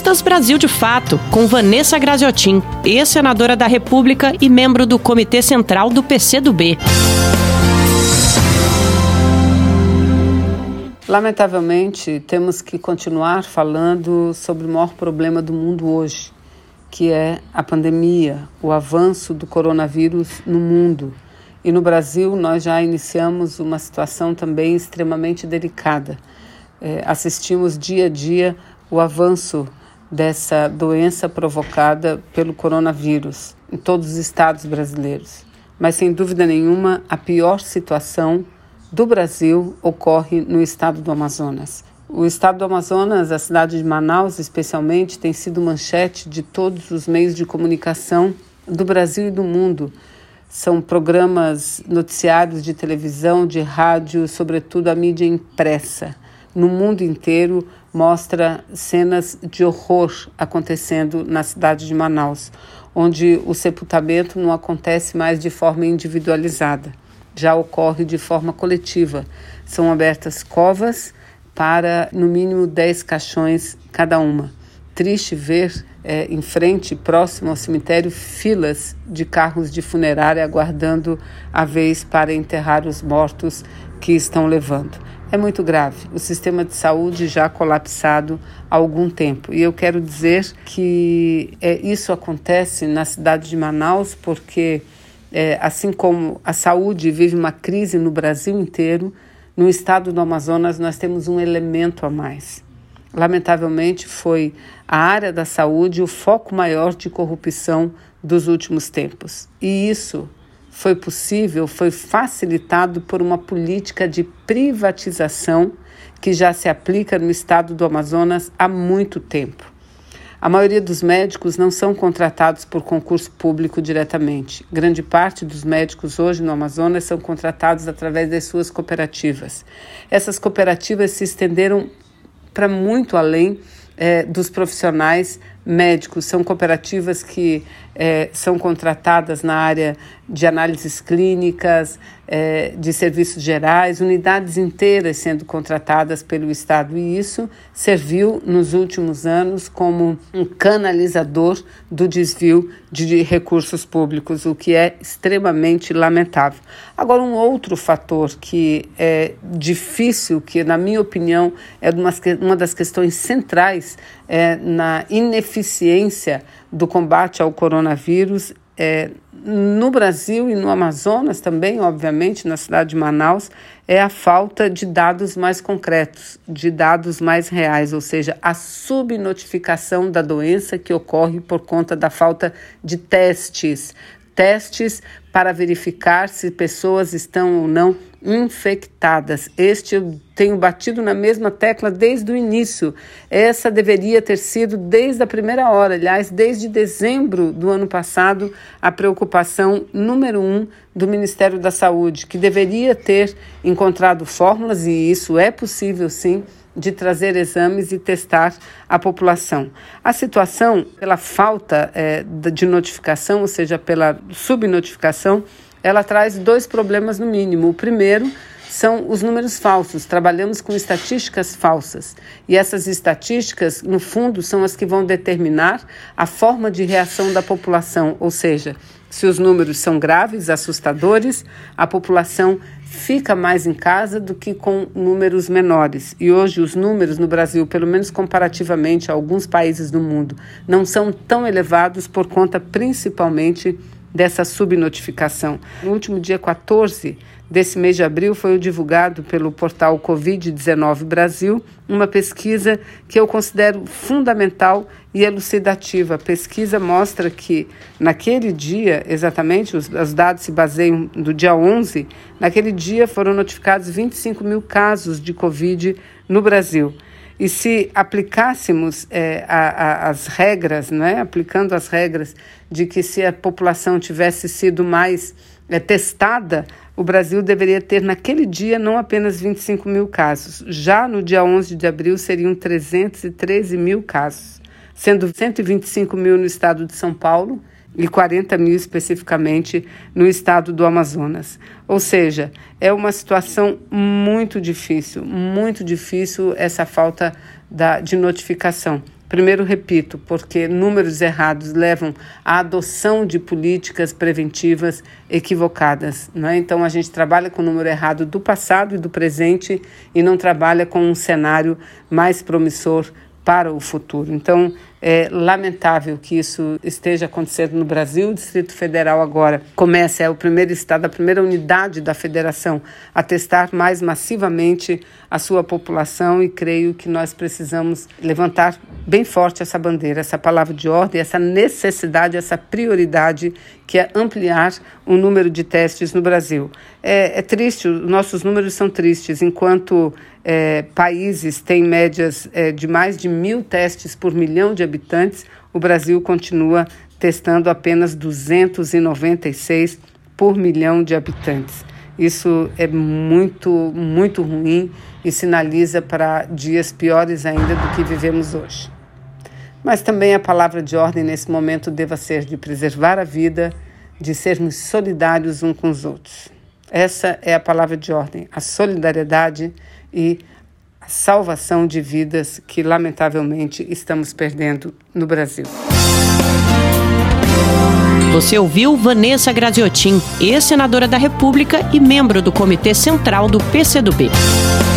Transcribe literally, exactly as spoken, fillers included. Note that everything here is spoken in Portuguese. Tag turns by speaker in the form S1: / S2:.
S1: Entrevistas Brasil de Fato, com Vanessa Graziotin, ex-senadora da República e membro do Comitê Central do P C do B.
S2: Lamentavelmente, temos que continuar falando sobre o maior problema do mundo hoje, que é a pandemia, o avanço do coronavírus no mundo. E no Brasil, nós já iniciamos uma situação também extremamente delicada. É, assistimos dia a dia o avanço dessa doença provocada pelo coronavírus em todos os estados brasileiros. Mas, sem dúvida nenhuma, a pior situação do Brasil ocorre no estado do Amazonas. O estado do Amazonas, a cidade de Manaus especialmente, tem sido manchete de todos os meios de comunicação do Brasil e do mundo. São programas noticiários de televisão, de rádio, sobretudo a mídia impressa. No mundo inteiro mostra cenas de horror acontecendo na cidade de Manaus, onde o sepultamento não acontece mais de forma individualizada, já ocorre de forma coletiva. São abertas covas para, no mínimo, dez caixões cada uma. Triste ver é, em frente, próximo ao cemitério, filas de carros de funerária aguardando a vez para enterrar os mortos que estão levando. É muito grave. O sistema de saúde já colapsado há algum tempo. E eu quero dizer que é, isso acontece na cidade de Manaus porque, é, assim como a saúde vive uma crise no Brasil inteiro, no estado do Amazonas nós temos um elemento a mais. Lamentavelmente, foi a área da saúde o foco maior de corrupção dos últimos tempos. E isso foi possível, foi facilitado por uma política de privatização que já se aplica no estado do Amazonas há muito tempo. A maioria dos médicos não são contratados por concurso público diretamente. Grande parte dos médicos hoje no Amazonas são contratados através das suas cooperativas. Essas cooperativas se estenderam para muito além é, dos profissionais médicos. São cooperativas que é, são contratadas na área de análises clínicas, é, de serviços gerais, unidades inteiras sendo contratadas pelo Estado. E isso serviu nos últimos anos como um canalizador do desvio de recursos públicos, o que é extremamente lamentável. Agora, um outro fator que é difícil, que na minha opinião é uma das questões centrais é, na ineficiência do combate ao coronavírus, é, no Brasil e no Amazonas também, obviamente, na cidade de Manaus, é a falta de dados mais concretos, de dados mais reais, ou seja, a subnotificação da doença que ocorre por conta da falta de testes, testes para verificar se pessoas estão ou não infectadas. Este eu tenho batido na mesma tecla desde o início. Essa deveria ter sido desde a primeira hora, aliás, desde dezembro do ano passado, a preocupação número um do Ministério da Saúde, que deveria ter encontrado fórmulas, e isso é possível sim, de trazer exames e testar a população. A situação, pela falta é, de notificação, ou seja, pela subnotificação, ela traz dois problemas no mínimo. O primeiro são os números falsos. Trabalhamos com estatísticas falsas. E essas estatísticas, no fundo, são as que vão determinar a forma de reação da população, ou seja, se os números são graves, assustadores, a população fica mais em casa do que com números menores. E hoje os números no Brasil, pelo menos comparativamente a alguns países do mundo, não são tão elevados por conta principalmente dessa subnotificação. No último dia quatorze desse mês de abril foi divulgado pelo portal covid dezenove Brasil uma pesquisa que eu considero fundamental e elucidativa. A pesquisa mostra que naquele dia, exatamente, os, os dados se baseiam do dia onze, naquele dia foram notificados vinte e cinco mil casos de Covid no Brasil. E se aplicássemos é, a, a, as regras, né, aplicando as regras de que se a população tivesse sido mais é, testada, o Brasil deveria ter naquele dia não apenas vinte e cinco mil casos. Já no dia onze de abril seriam trezentos e treze mil casos, sendo cento e vinte e cinco mil no estado de São Paulo e quarenta mil especificamente no estado do Amazonas. Ou seja, é uma situação muito difícil, muito difícil essa falta da, de notificação. Primeiro, repito, porque números errados levam à adoção de políticas preventivas equivocadas, não é? Então, a gente trabalha com o número errado do passado e do presente e não trabalha com um cenário mais promissor para o futuro. Então, é lamentável que isso esteja acontecendo no Brasil. O Distrito Federal agora começa, é o primeiro estado, a primeira unidade da federação a testar mais massivamente a sua população e creio que nós precisamos levantar bem forte essa bandeira, essa palavra de ordem, essa necessidade, essa prioridade que é ampliar o número de testes no Brasil. É, é triste, os nossos números são tristes, enquanto é, países têm médias é, de mais de mil testes por milhão de habitantes, o Brasil continua testando apenas duzentos e noventa e seis por milhão de habitantes. Isso é muito, muito ruim e sinaliza para dias piores ainda do que vivemos hoje. Mas também a palavra de ordem nesse momento deva ser de preservar a vida, de sermos solidários uns com os outros. Essa é a palavra de ordem, a solidariedade e a salvação de vidas que, lamentavelmente, estamos perdendo no Brasil.
S1: Você ouviu Vanessa Graziotin, ex-senadora da República e membro do Comitê Central do P C do B.